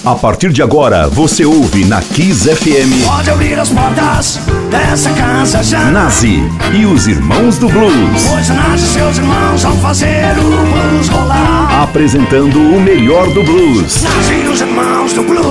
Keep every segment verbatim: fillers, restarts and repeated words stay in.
A partir de agora, você ouve na Kiss F M. Pode abrir as portas dessa casa já. Nazi e os Irmãos do Blues. Pois Nazi e seus irmãos vão fazer o blues rolar. Apresentando o melhor do blues. Nazi e os Irmãos do Blues.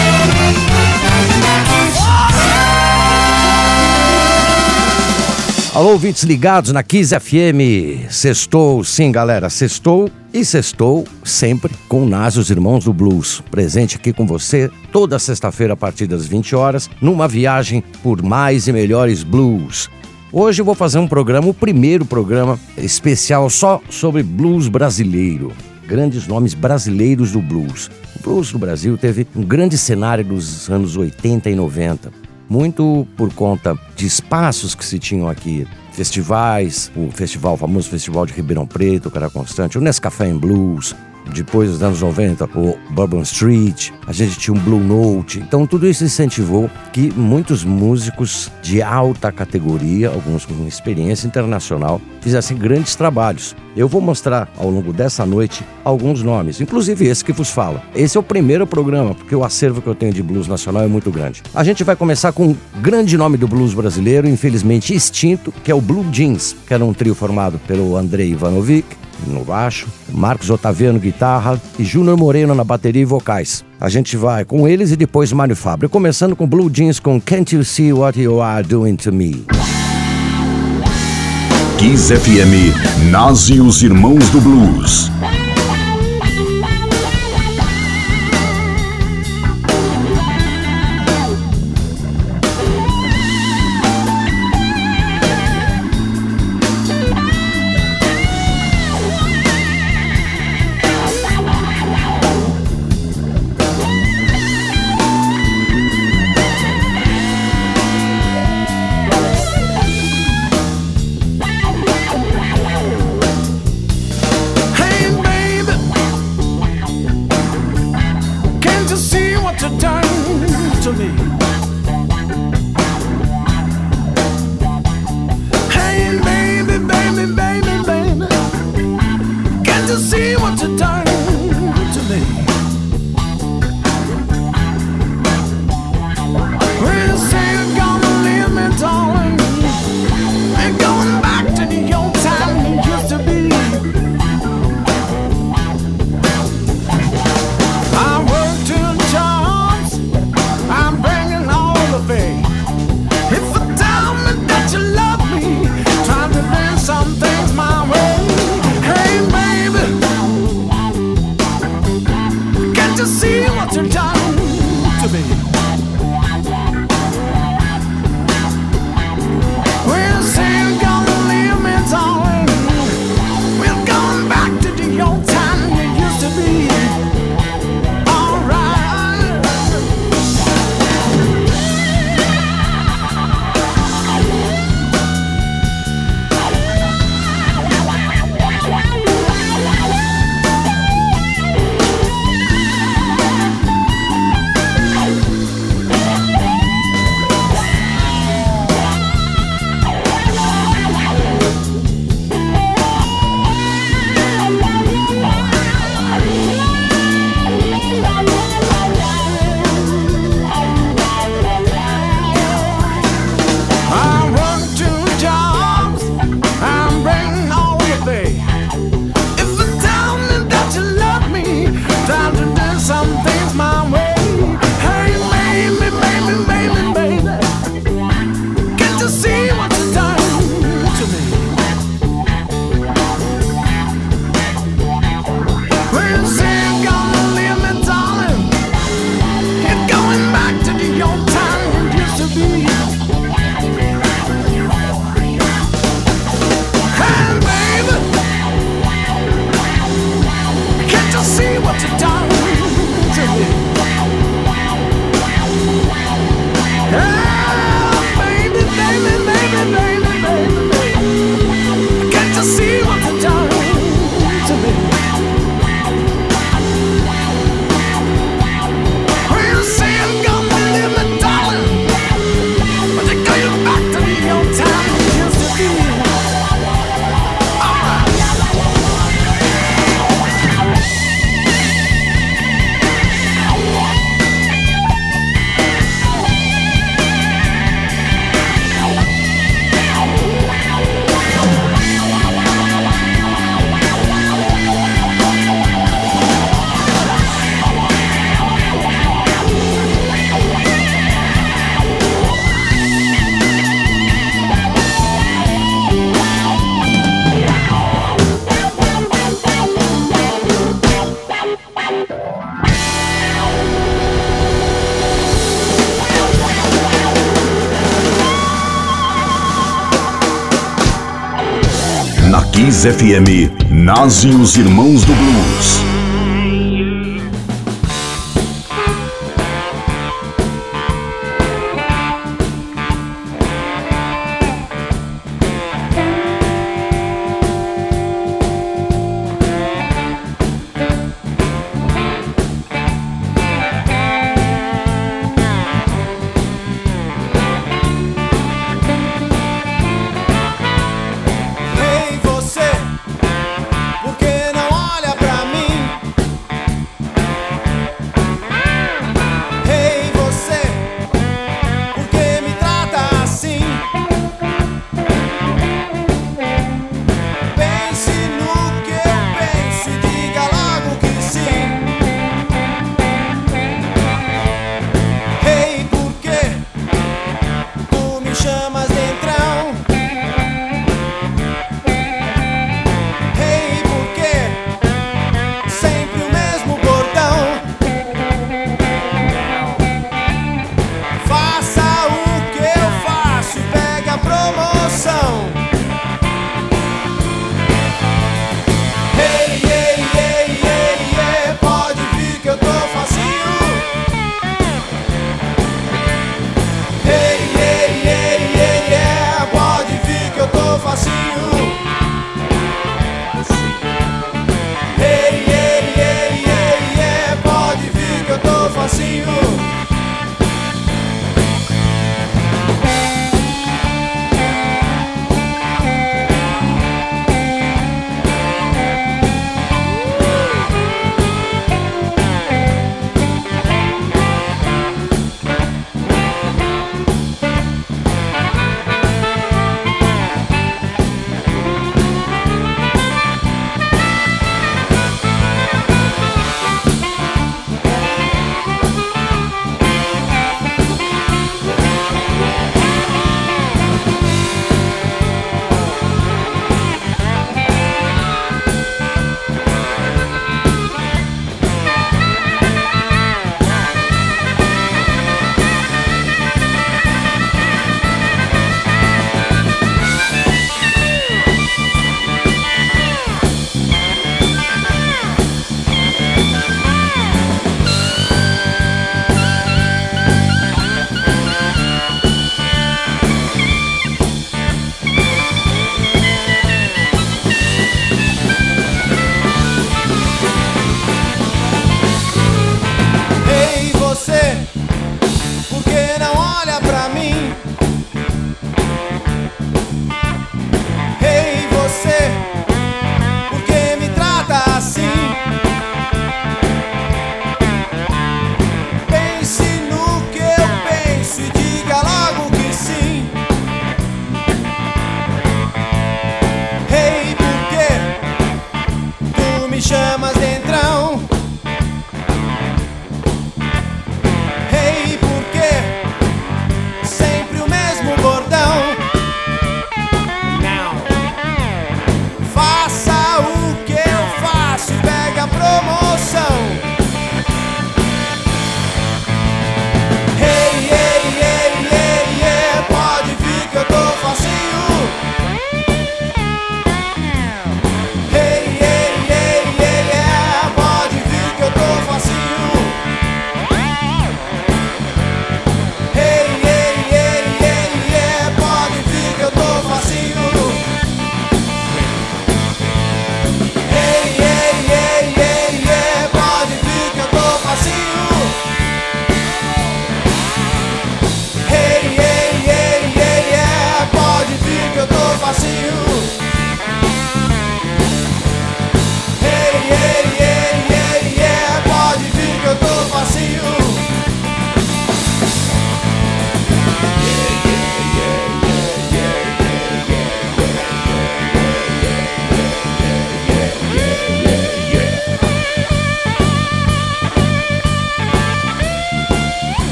Alô, ouvintes ligados na Kiss F M. Sextou, sim, galera, sextou e sextou sempre com o Nazi e os Irmãos do Blues. Presente aqui com você toda sexta-feira a partir das vinte horas, numa viagem por mais e melhores blues. Hoje eu vou fazer um programa, o primeiro programa especial só sobre blues brasileiro. Grandes nomes brasileiros do blues. O blues no Brasil teve um grande cenário nos anos oitenta e noventa. Muito por conta de espaços que se tinham aqui, festivais, o festival, o famoso Festival de Ribeirão Preto, que era constante, o Nescafé em Blues, depois dos anos noventa, o Bourbon Street, a gente tinha um Blue Note. Então tudo isso incentivou que muitos músicos de alta categoria, alguns com experiência internacional, fizessem grandes trabalhos. Eu vou mostrar ao longo dessa noite alguns nomes, inclusive esse que vos fala. Esse é o primeiro programa, porque o acervo que eu tenho de blues nacional é muito grande. A gente vai começar com um grande nome do blues brasileiro, infelizmente extinto, que é o Blue Jeans, que era um trio formado pelo Andrei Ivanovic no baixo, Marcos Otaviano guitarra e Júnior Moreno na bateria e vocais. A gente vai com eles e depois Mário Fábio, começando com Blue Jeans com Can't You See What You Are Doing To Me. Kiss F M, Nazi e os Irmãos do Blues. I'm bringing Kiss F M, Nazi e os Irmãos do Blues. Ei, você, por que não olha pra mim?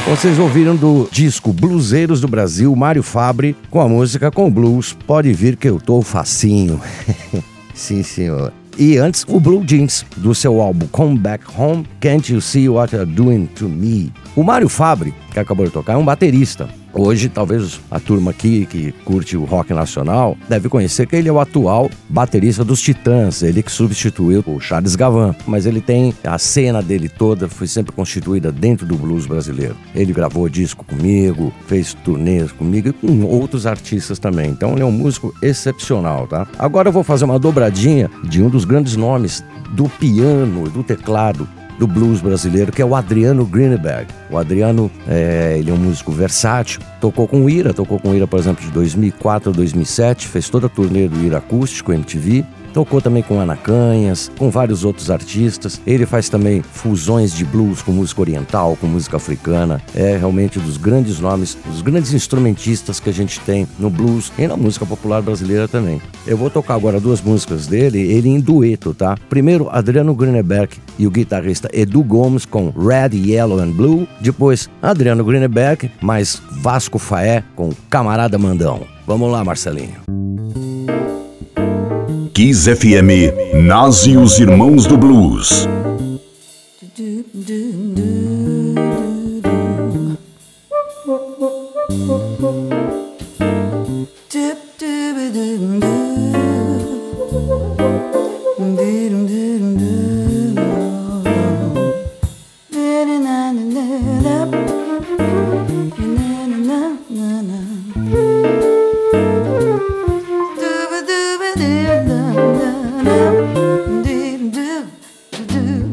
Vocês ouviram do disco Bluseiros do Brasil, Mário Fabre, com a música Com Blues, Pode Vir Que Eu Tô Facinho. Sim, senhor. E antes, o Blue Jeans, do seu álbum Come Back Home, Can't You See What You're Doing To Me. O Mário Fabre, que acabou de tocar, é um baterista. Hoje, talvez a turma aqui que curte o rock nacional deve conhecer que ele é o atual baterista dos Titãs, ele que substituiu o Charles Gavan. Mas ele tem, a cena dele toda foi sempre constituída dentro do blues brasileiro. Ele gravou disco comigo, fez turnês comigo e com outros artistas também. Então ele é um músico excepcional, tá? Agora eu vou fazer uma dobradinha de um dos grandes nomes do piano e do teclado do blues brasileiro, que é o Adriano Greenberg. O Adriano, é, ele é um músico versátil, tocou com o Ira, tocou com o Ira, por exemplo, de dois mil e quatro a dois mil e sete, fez toda a turnê do Ira Acústico, M T V, tocou também com Ana Canhas, com vários outros artistas. Ele faz também fusões de blues com música oriental, com música africana. É realmente um dos grandes nomes, dos grandes instrumentistas que a gente tem no blues e na música popular brasileira também. Eu vou tocar agora duas músicas dele, ele em dueto, tá? Primeiro, Adriano Greenberg e o guitarrista Edu Gomes com Red, Yellow and Blue. Depois, Adriano Greenberg mais Vasco Faé com Camarada Mandão. Vamos lá, Marcelinho. Kiss F M, Nas e os Irmãos do Blues. Do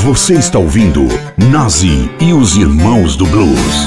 Você está ouvindo Nazi e os Irmãos do Blues.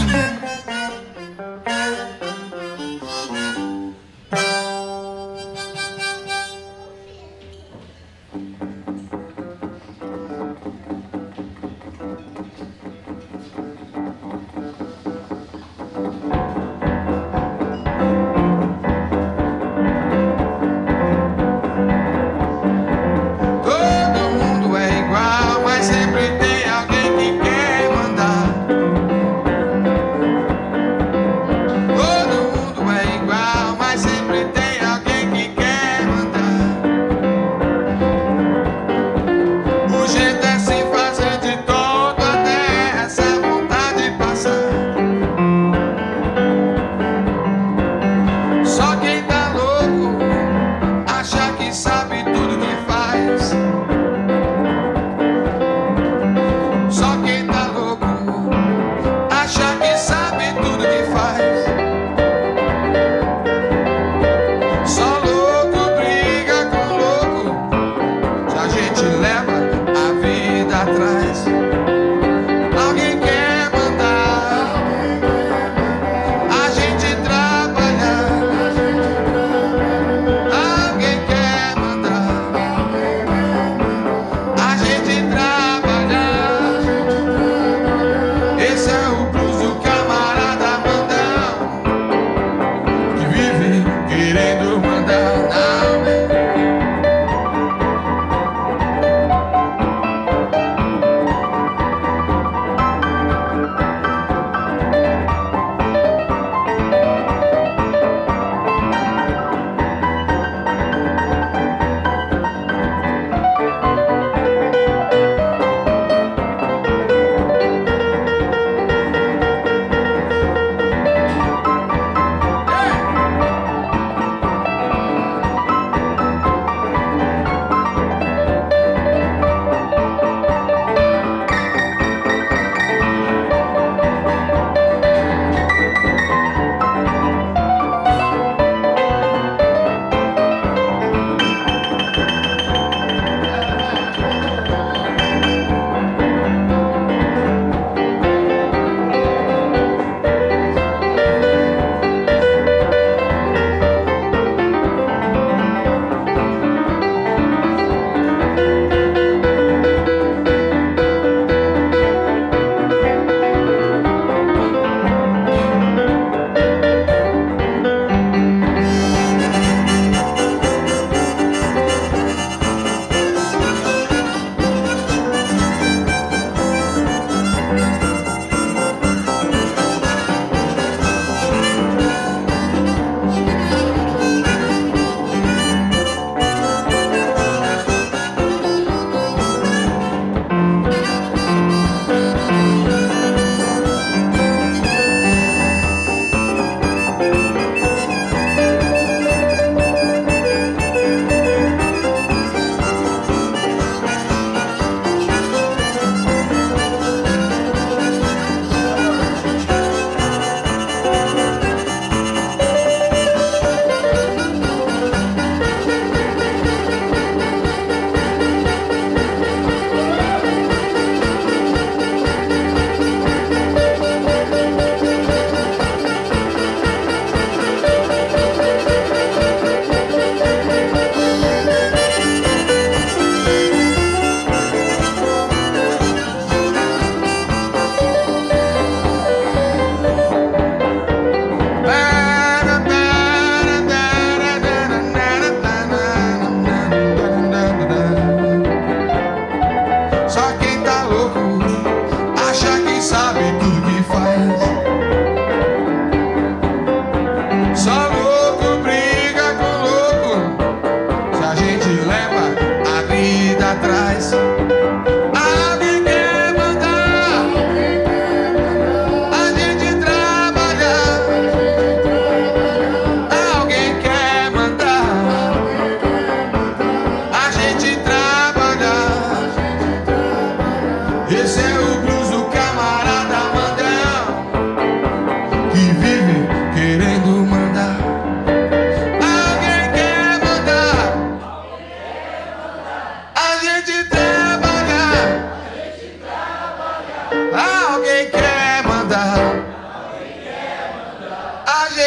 de trás.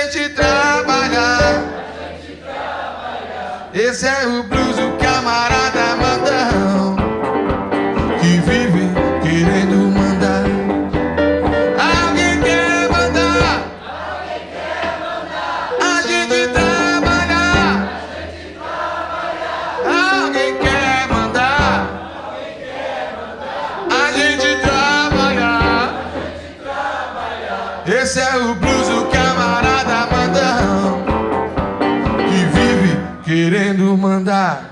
gente trabalhar. Esse é o blues do camarada mandão, que vive querendo mandar. Alguém quer mandar? Alguém quer mandar? A gente trabalhar. Alguém quer mandar? Alguém quer mandar? A gente trabalhar. Esse é o blues do camarada mandão, que vive querendo mandar.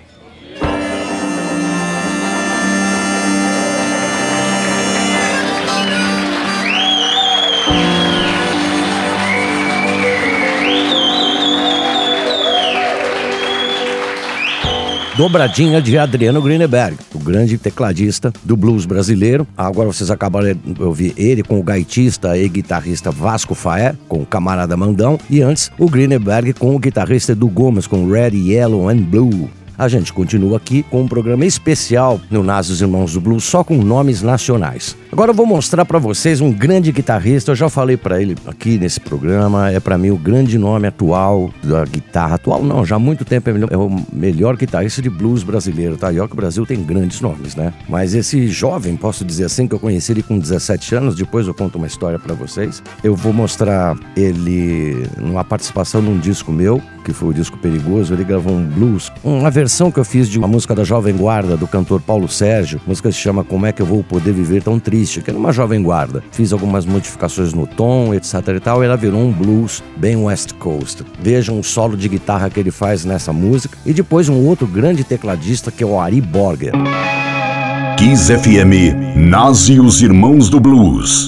Dobradinha de Adriano Greenberg, o grande tecladista do blues brasileiro. Agora vocês acabaram de ouvir ele com o gaitista e guitarrista Vasco Faé, com o Camarada Mandão. E antes, o Greenberg com o guitarrista Edu Gomes, com Red, Yellow and Blue. A gente continua aqui com um programa especial no Nasos Irmãos do Blues, só com nomes nacionais. Agora eu vou mostrar pra vocês um grande guitarrista. Eu já falei pra ele aqui nesse programa. É pra mim o grande nome atual da guitarra. Atual não, já há muito tempo é, melhor, é o melhor guitarrista de blues brasileiro, tá? E ó que o Brasil tem grandes nomes, né? Mas esse jovem, posso dizer assim, que eu conheci ele com dezessete anos. Depois eu conto uma história pra vocês. Eu vou mostrar ele numa participação num disco meu, que foi o disco Perigoso. Ele gravou um blues, uma versão que eu fiz de uma música da Jovem Guarda, do cantor Paulo Sérgio. A música se chama Como é que eu vou poder viver tão triste, que era uma Jovem Guarda. Fiz algumas modificações no tom, etc e tal, e ela virou um blues bem West Coast. Vejam o solo de guitarra que ele faz nessa música. E depois um outro grande tecladista, que é o Ari Borger. Kiss F M, Nasce os Irmãos do Blues.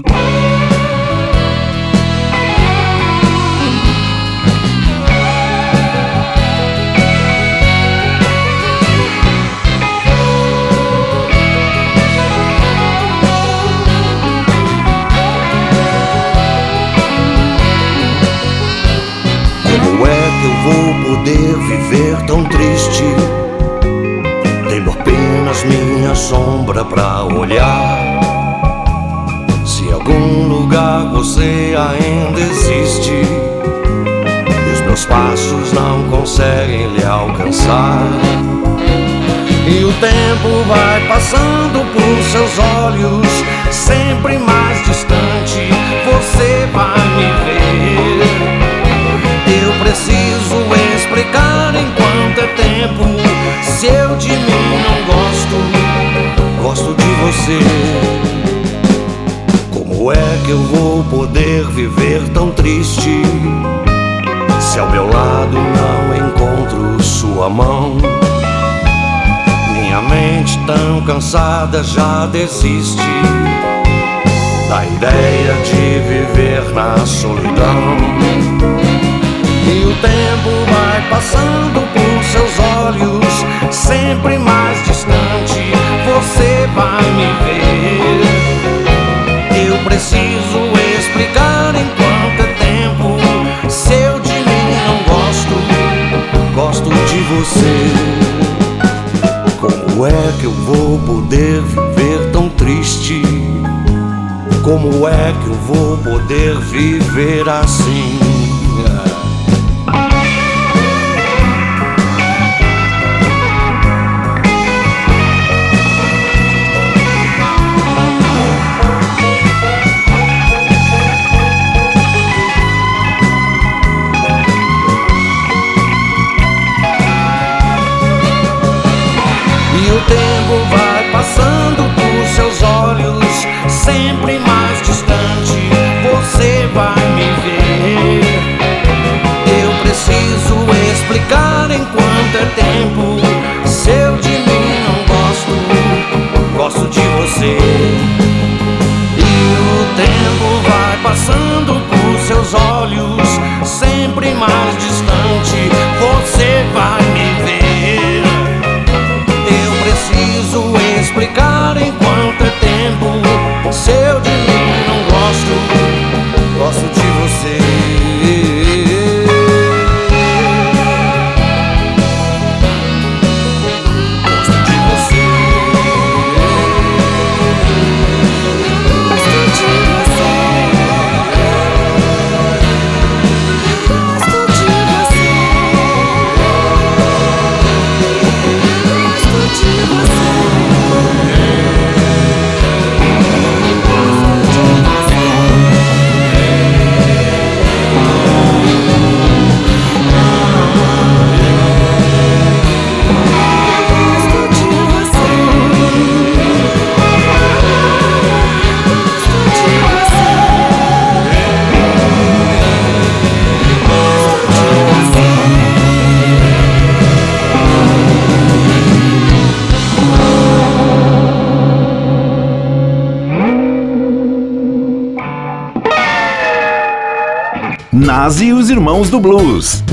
Como é que eu vou poder viver tão triste, tendo apenas minha sombra pra olhar? Se em algum lugar você ainda existe e os meus passos não conseguem lhe alcançar, e o tempo vai passando por seus olhos, sempre mais distante, você vai me ver. Eu preciso explicar em quanto é tempo, se eu de mim não gosto, gosto de você. Como é que eu vou poder viver tão triste, se ao meu lado não encontro sua mão? Minha mente tão cansada já desiste da ideia de viver na solidão. E o tempo vai passando por seus olhos, sempre mais distante, você vai me ver. Eu preciso explicar em quanto é tempo, se eu de mim não gosto, gosto de você. Como é que eu vou poder viver tão triste? Como é que eu vou poder viver assim? O tempo vai passando por seus olhos, sempre mais distante, você vai me ver. Eu preciso explicar em quanto é tempo, se eu de mim não gosto, gosto de você. E o tempo vai passando por seus olhos, sempre mais distante, você vai me ver. Preciso explicar em quanto é tempo, se eu de mim não gosto, gosto de você. Gosto de você. Gosto de você. Nazi e os Irmãos do Blues.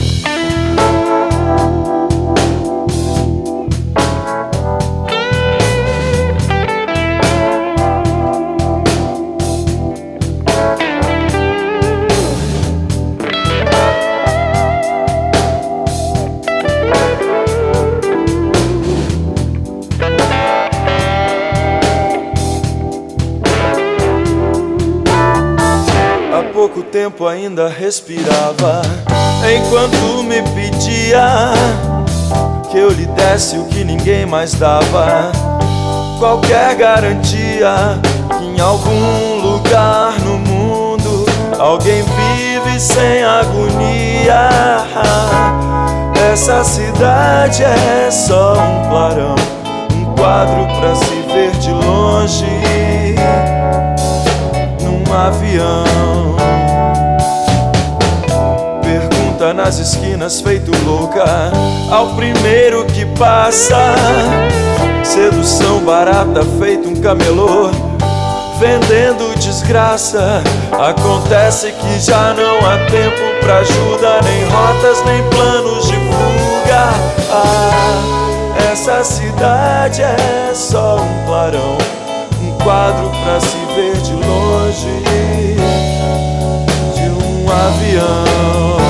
Pouco tempo ainda respirava enquanto me pedia que eu lhe desse o que ninguém mais dava, qualquer garantia que em algum lugar no mundo alguém vive sem agonia. Essa cidade é só um clarão, um quadro pra se ver de longe num avião. Pergunta nas esquinas feito louca ao primeiro que passa, sedução barata feito um camelô vendendo desgraça. Acontece que já não há tempo pra ajuda, nem rotas, nem planos de fuga. Ah, essa cidade é só um clarão, um quadro pra se ver de longe de um avião.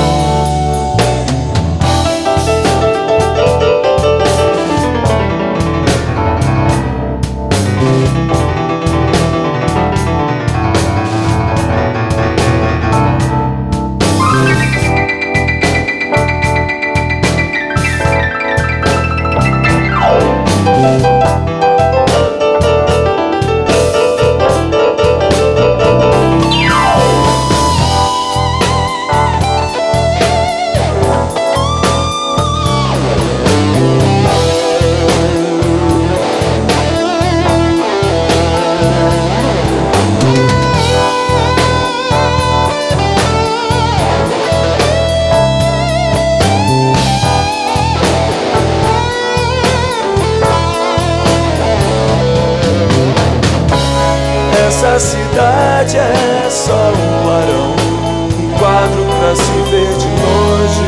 Essa cidade é só um clarão, um quadro pra se ver de longe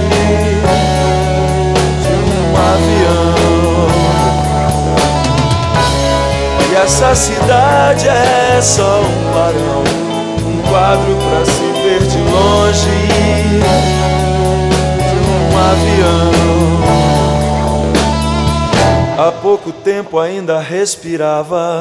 de um avião. E essa cidade é só um clarão, um quadro pra se ver de longe de um avião. Há pouco tempo ainda respirava.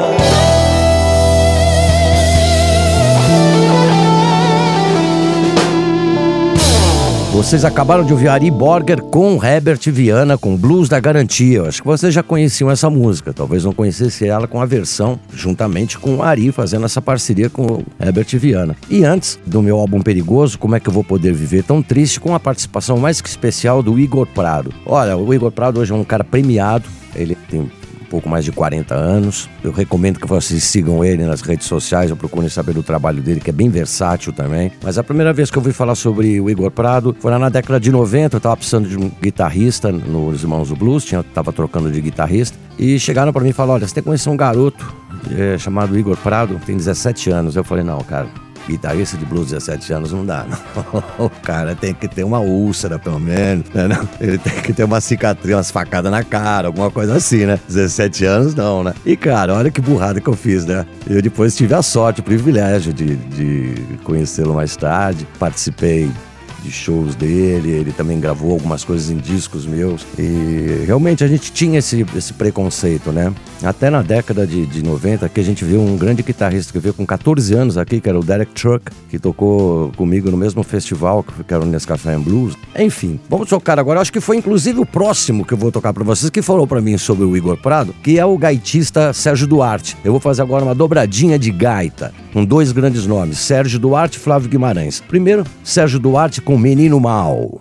Vocês acabaram de ouvir Ari Borger com Herbert Viana, com Blues da Garantia. Eu acho que vocês já conheciam essa música, talvez não conhecessem ela com a versão, juntamente com o Ari, fazendo essa parceria com o Herbert Viana. E antes do meu álbum Perigoso, Como é que eu vou poder viver tão triste, com a participação mais que especial do Igor Prado. Olha, o Igor Prado hoje é um cara premiado, ele tem pouco mais de quarenta anos. Eu recomendo que vocês sigam ele nas redes sociais, ou procurem saber do trabalho dele, que é bem versátil também. Mas a primeira vez que eu ouvi falar sobre o Igor Prado foi lá na década de noventa. Eu tava precisando de um guitarrista nos Irmãos do Blues, tinha, tava trocando de guitarrista, e chegaram pra mim e falaram: olha, você tem que conhecer um garoto é, chamado Igor Prado, tem dezessete anos. Eu falei: não, cara, guitarrista de blues, dezessete anos, não dá, não. O cara tem que ter uma úlcera, pelo menos, né? Não? Ele tem que ter uma cicatriz, umas facadas na cara, alguma coisa assim, né? dezessete anos, não, né? E, cara, olha que burrada que eu fiz, né? Eu depois tive a sorte, o privilégio de, de conhecê-lo mais tarde. Participei de shows dele, ele também gravou algumas coisas em discos meus, e realmente a gente tinha esse, esse preconceito, né? Até na década de, de noventa, que a gente viu um grande guitarrista que veio com catorze anos aqui, que era o Derek Truck, que tocou comigo no mesmo festival, que era o Nescafé Blues. Enfim, vamos tocar agora, acho que foi inclusive o próximo que eu vou tocar pra vocês, que falou pra mim sobre o Igor Prado, que é o gaitista Sérgio Duarte. Eu vou fazer agora uma dobradinha de gaita, com dois grandes nomes, Sérgio Duarte e Flávio Guimarães. Primeiro, Sérgio Duarte com Menino Mal.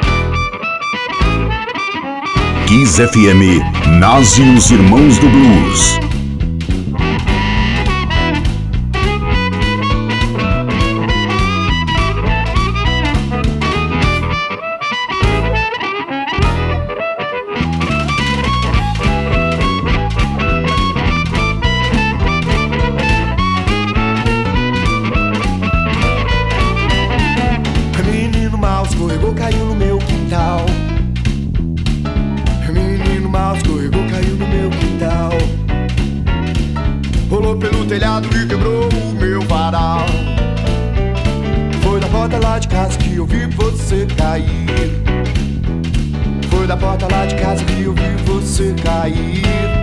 Kiss F M, Nazi e os Irmãos do Blues. Menino lá de casa que eu vi você cair. Foi da porta lá de casa que eu vi você cair.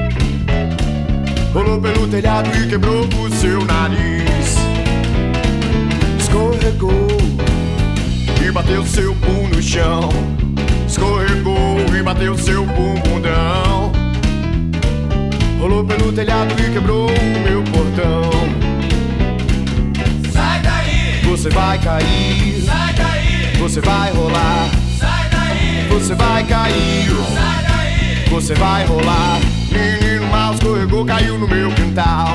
Rolou pelo telhado e quebrou o seu nariz. Escorregou e bateu seu pum no chão. Escorregou e bateu seu bumbundão. Rolou pelo telhado e quebrou o meu portão. Sai daí! Você vai cair. Sai daí! Você vai rolar. Sai daí! Você vai cair. Sai daí! Você vai rolar. Menino mal escorregou, caiu no meu quintal.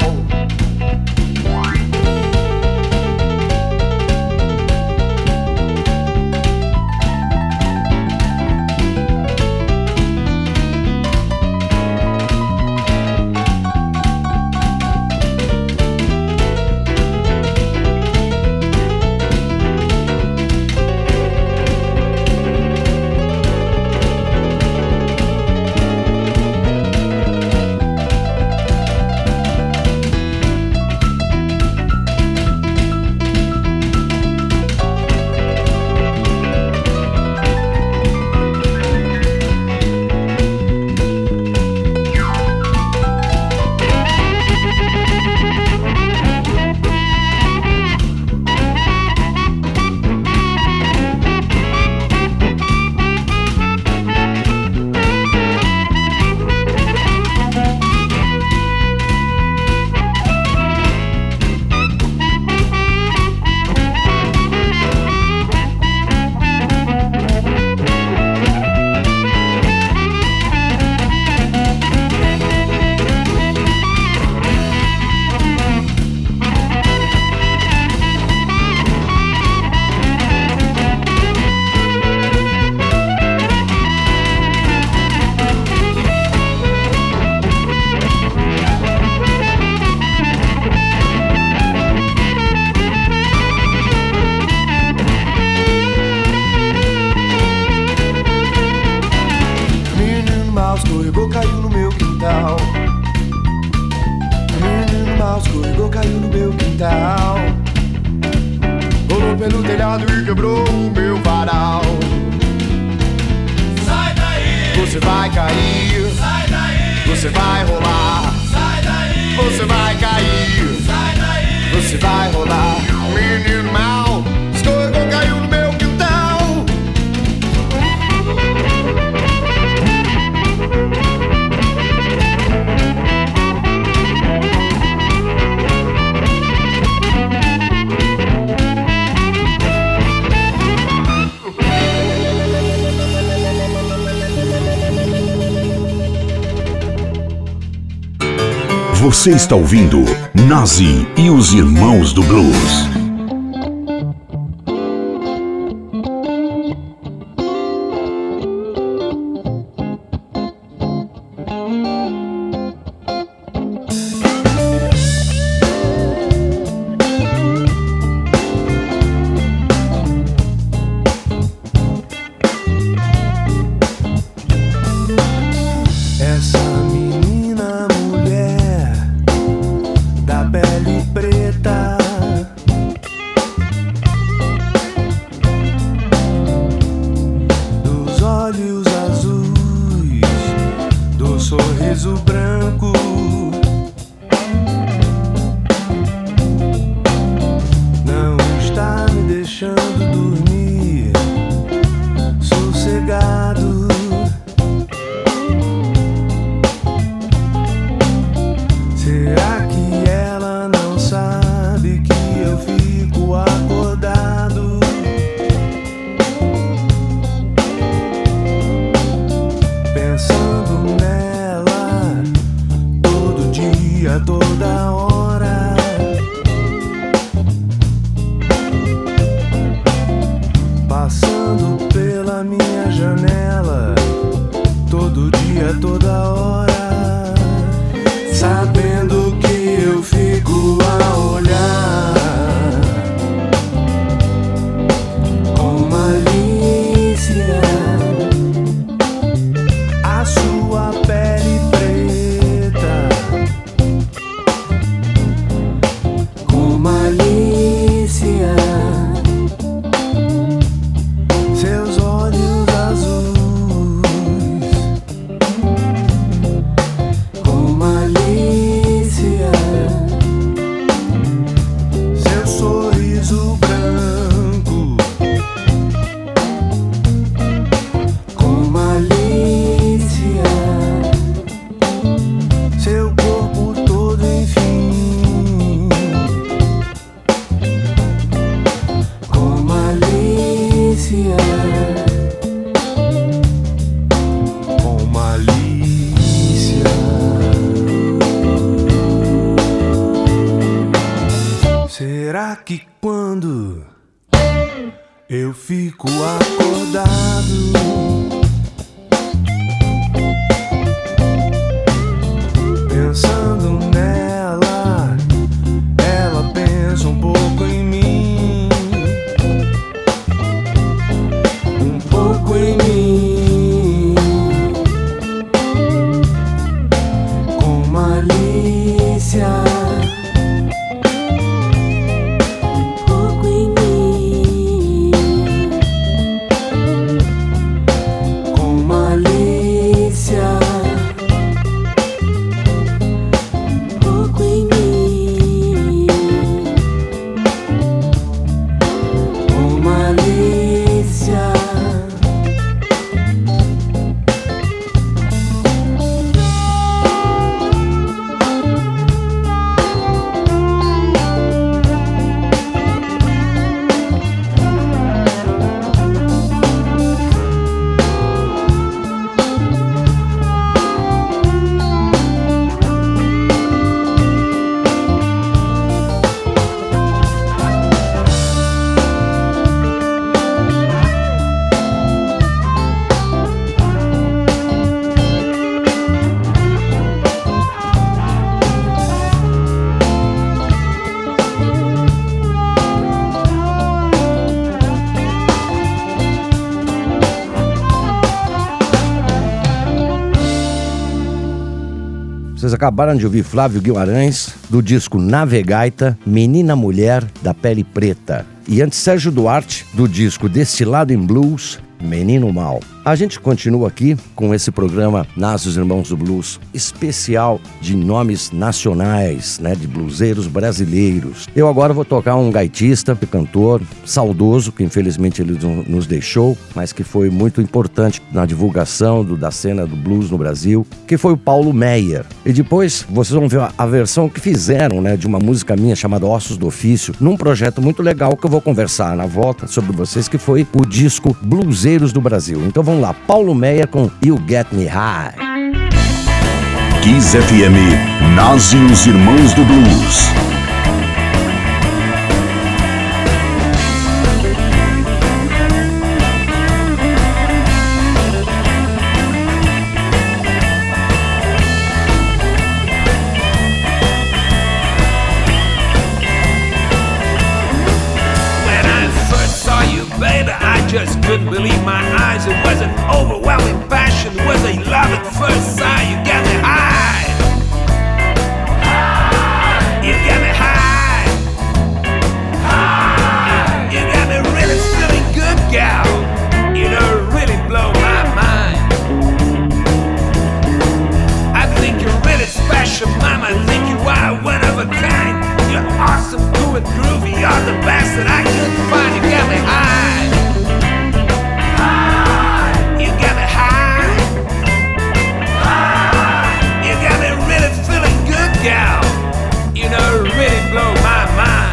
Escorregou, caiu no meu quintal. Menino mal escorregou, caiu no meu quintal. Rolou pelo telhado e quebrou o meu varal. Sai daí! Você vai cair. Sai daí! Você vai rolar. Sai daí! Você vai cair. Sai daí! Você vai rolar. Menino mal escorregou, caiu no meu quintal. Você está ouvindo Nazi e os Irmãos do Blues. Pensando nela Será que quando eu fico acordado, pensando nela, ela pensa um pouco em mim, um pouco em mim, com malícia. Vocês acabaram de ouvir Flávio Guimarães, do disco Navegaita, Menina Mulher da Pele Preta. E antes Sérgio Duarte, do disco Destilado em Blues, Menino Mal. A gente continua aqui com esse programa Nasce os Irmãos do Blues, especial de nomes nacionais, né, de bluseiros brasileiros. Eu agora vou tocar um gaitista, cantor, saudoso, que infelizmente ele nos deixou, mas que foi muito importante na divulgação do, da cena do blues no Brasil, que foi o Paulo Meyer. E depois vocês vão ver a, a versão que fizeram, né, de uma música minha chamada Ossos do Ofício, num projeto muito legal que eu vou conversar na volta sobre vocês, que foi o disco Bluseiros do Brasil. Então vamos lá, Paulo Meyer com You Get Me High. Kiss F M, Nasce os Irmãos do Blues. Just couldn't believe my eyes. It was an overwhelming passion. It was a love at first sight. You got me high. High. You got me high. High. You got me really feeling good, gal. You know, really blow my mind. I think you're really special, mama. I think you are one of a kind. You're awesome, cool and groovy. You're the best that I could find. You got me high. Gal, you know, really blow my mind.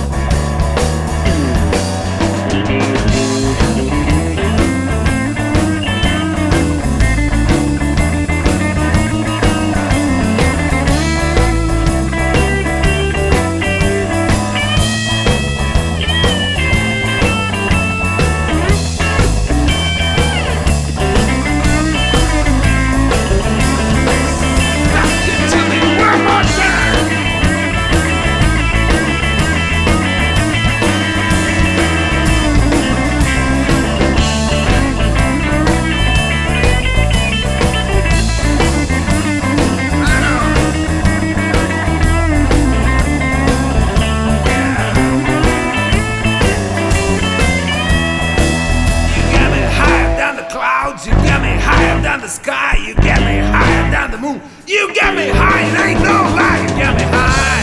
You got me high, it ain't no lie. You got me high.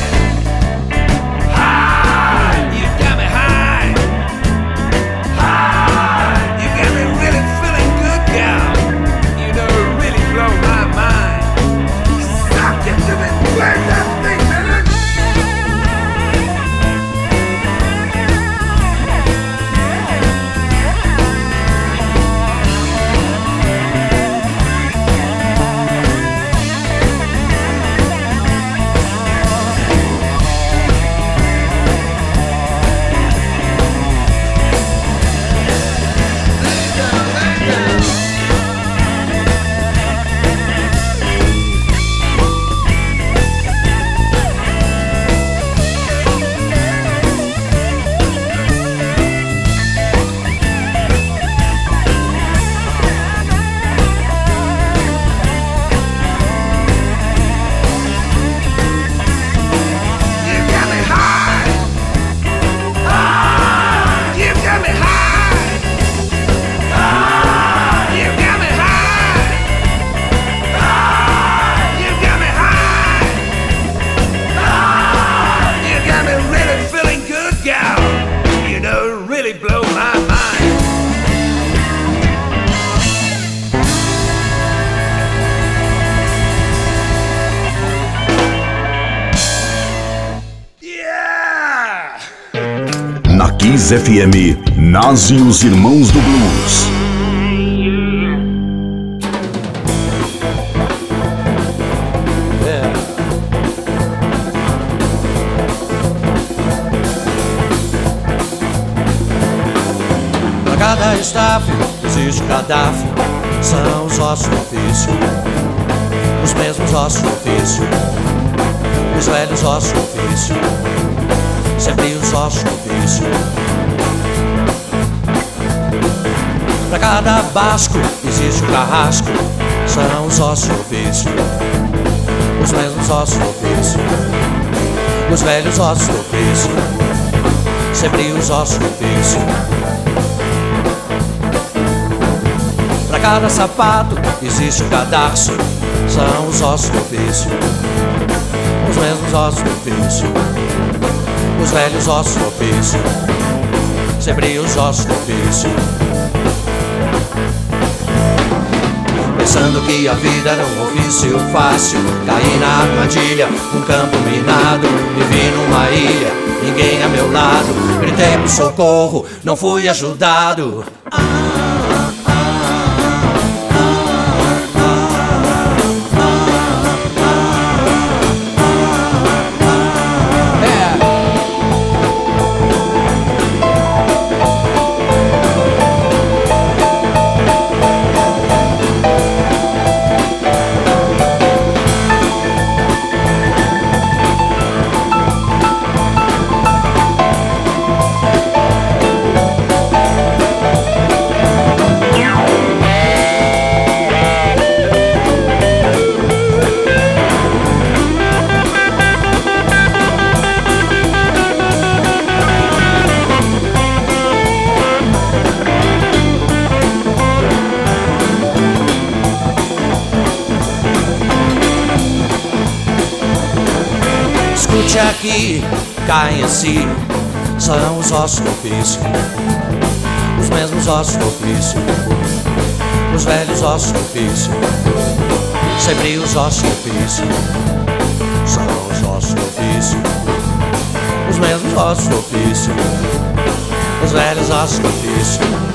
High. You got me high. High. You got me really feeling good, gal. You know, really blow my mind. Stop it to me, play that thing, man. Kiss F M, Nazi e os Irmãos do Blues. Pra cada estáfio existe cadáver, são os ossos do ofício, os mesmos ossos do ofício, os velhos ossos do ofício, sempre os ossos do ofício. Pra cada basco existe um carrasco, são os ossos do ofício, os mesmos ossos do ofício, os velhos ossos do ofício, sempre os ossos do ofício. Pra cada sapato existe um cadarço, são os ossos do ofício, os mesmos ossos do ofício, os velhos ossos do ofício, sempre os ossos do ofício. Pensando que a vida era um ofício fácil, caí na armadilha, um campo minado, vivi numa ilha, ninguém a meu lado, gritei pro socorro, não fui ajudado. Aqui caem em si, são os ossos do ofício, os mesmos ossos do ofício, os velhos ossos do ofício, sempre os ossos do ofício, são os ossos do ofício, os mesmos ossos do ofício, os velhos ossos do ofício.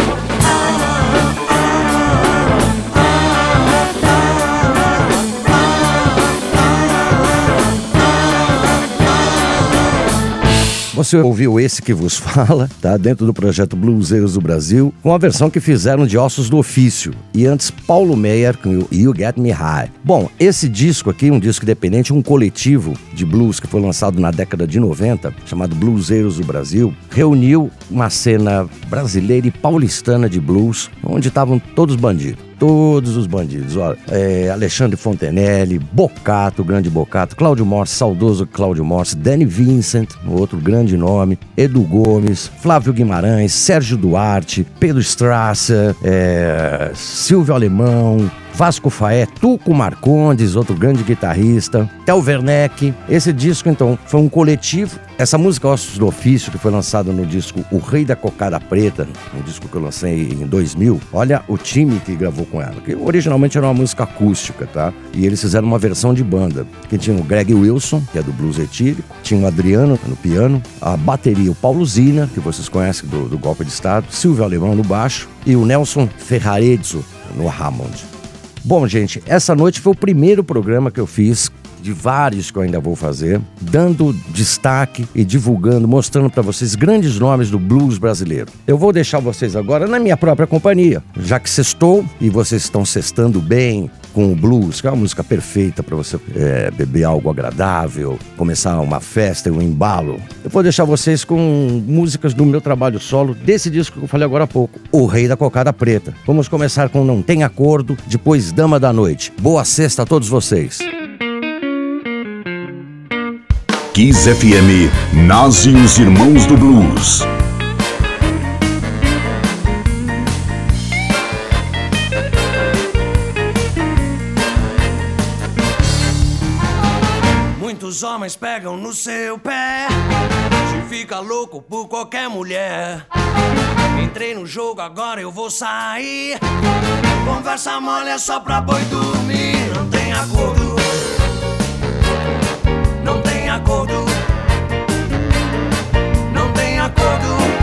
Você ouviu esse que vos fala, tá? Dentro do projeto Bluseiros do Brasil, com a versão que fizeram de Ossos do Ofício. E antes, Paulo Meyer com You Get Me High. Bom, esse disco aqui, um disco independente, um coletivo de blues que foi lançado na década de noventa, chamado Bluseiros do Brasil, reuniu uma cena brasileira e paulistana de blues, onde estavam todos bandidos. Todos os bandidos, olha, é, Alexandre Fontenelle, Bocato, grande Bocato, Cláudio Morse, saudoso Cláudio Morse, Danny Vincent, outro grande nome, Edu Gomes, Flávio Guimarães, Sérgio Duarte, Pedro Strasser, é, Silvio Alemão, Vasco Faé, Tuco Marcondes, outro grande guitarrista, Tel Werneck. Esse disco, então, foi um coletivo. Essa música Ossos do Ofício, que foi lançada no disco O Rei da Cocada Preta, um disco que eu lancei em dois mil, olha o time que gravou com ela, que originalmente era uma música acústica, tá? E eles fizeram uma versão de banda, que tinha o Greg Wilson, que é do blues etílico, tinha o Adriano no piano, a bateria o Paulo Zina, que vocês conhecem do, do Golpe de Estado, Silvio Alemão no baixo e o Nelson Ferrarezzo no Hammond. Bom, gente, essa noite foi o primeiro programa que eu fiz, de vários que eu ainda vou fazer, dando destaque e divulgando, mostrando para vocês grandes nomes do blues brasileiro. Eu vou deixar vocês agora na minha própria companhia, já que sextou e vocês estão sextando bem com o blues, que é uma música perfeita para você é, beber algo agradável, começar uma festa, um embalo. Eu vou deixar vocês com músicas do meu trabalho solo, desse disco que eu falei agora há pouco, O Rei da Cocada Preta. Vamos começar com Não Tem Acordo, depois Dama da Noite. Boa sexta a todos vocês. Kiss F M, Nazi e os Irmãos do Blues. Muitos homens pegam no seu pé, se fica louco por qualquer mulher. Entrei no jogo, agora eu vou sair. Conversa mole é só pra boi dormir. Não tem acordo, não tem acordo, não tem acordo.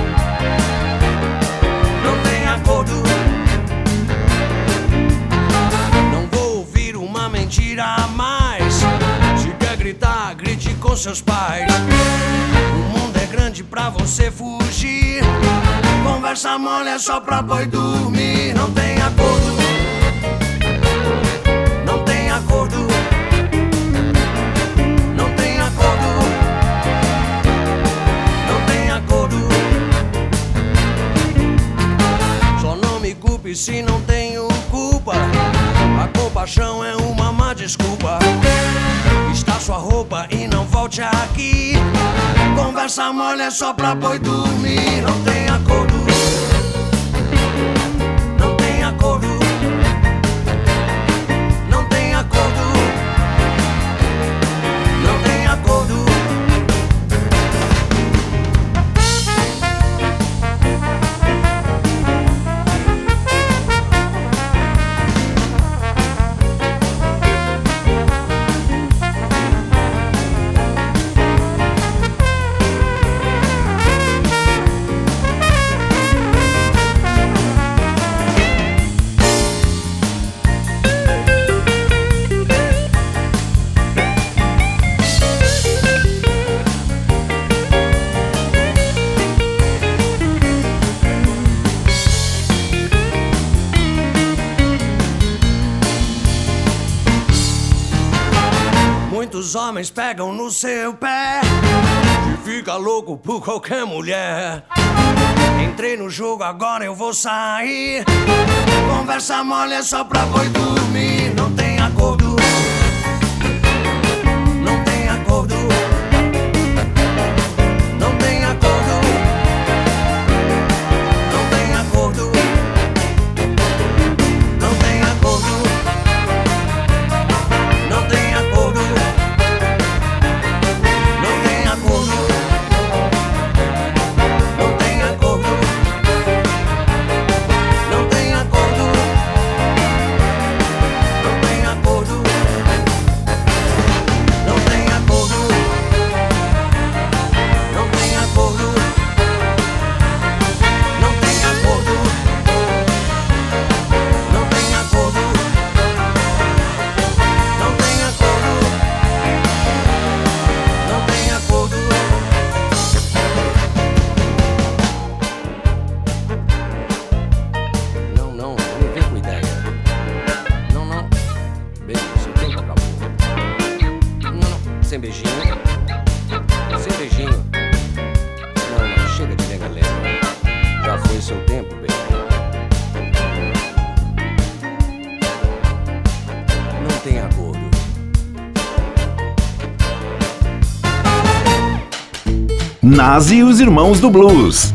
com seus pais. O mundo é grande pra você fugir. Conversa mole é só pra boi dormir. Não tem acordo, não tem acordo, não tem acordo, não tem acordo. Só não me culpe se não tenho culpa. A compaixão é uma má desculpa. Está sua roupa e não volte aqui. Conversa mole é só pra boi dormir. Não tem acordo, não tem acordo, não tem acordo, não tem acordo. Muitos homens pegam no seu pé e fica louco por qualquer mulher. Entrei no jogo, agora eu vou sair. Conversa mole é só pra boi dormir. Não tem acordo, não tem acordo, não tem acordo, não tem acordo, não tem acordo, não tem acordo. Sem beijinho, sem beijinho. Não, não, chega de lenga-lenga. Já foi seu tempo, bebê. Não tem acordo. Nazi e os Irmãos do Blues.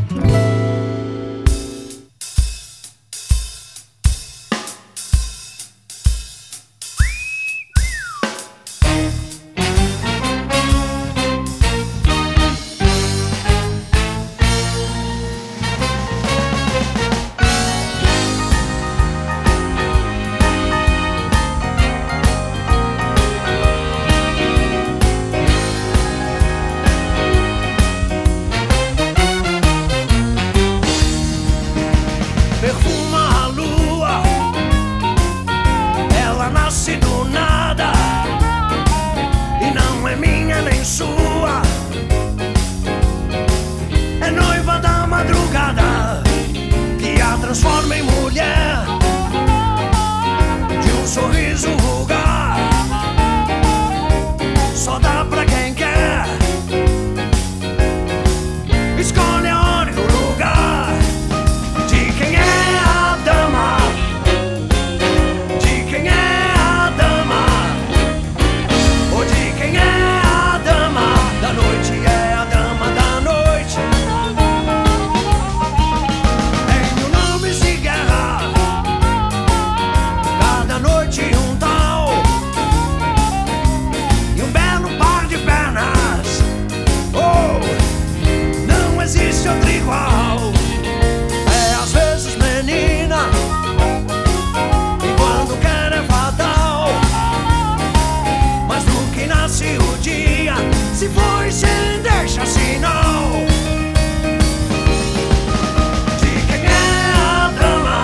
Transforma em mulher de um sorriso vulgar. Só dá pra quem quer. Escolhe a hora e o lugar. De quem é a dama, de quem é a dama, ou de quem é a dama da noite. É a dama da noite. Em mil nomes de guerra, cada noite um tal e um belo par de pernas. Oh, não existe outro igual. É às vezes menina e quando quer é fatal. Mas no que nasce o dia, se foi sem deixa sinal. De quem é a dama,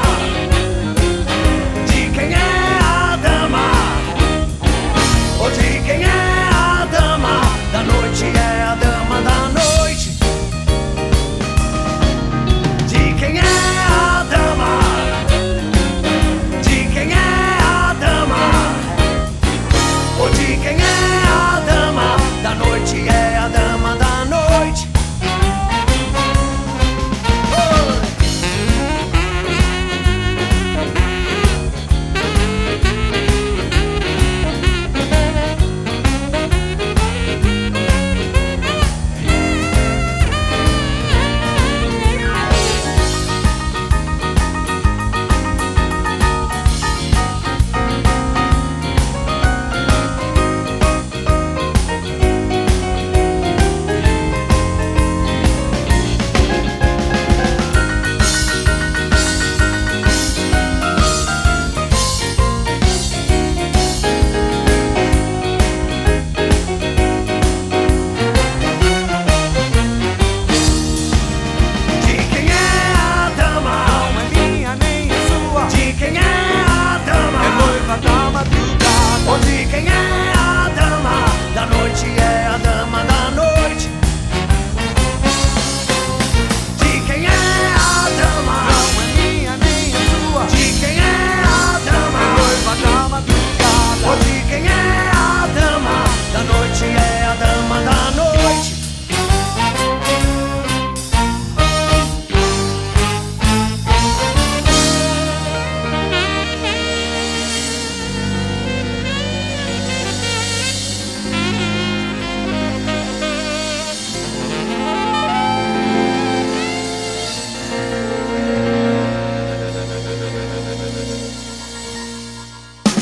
de quem é a dama, ou de quem é a dama da noite.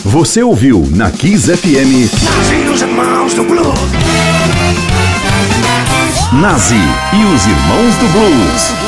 Você ouviu na Kiss F M Nazi e os Irmãos do Blues. Nazi e os Irmãos do Blues.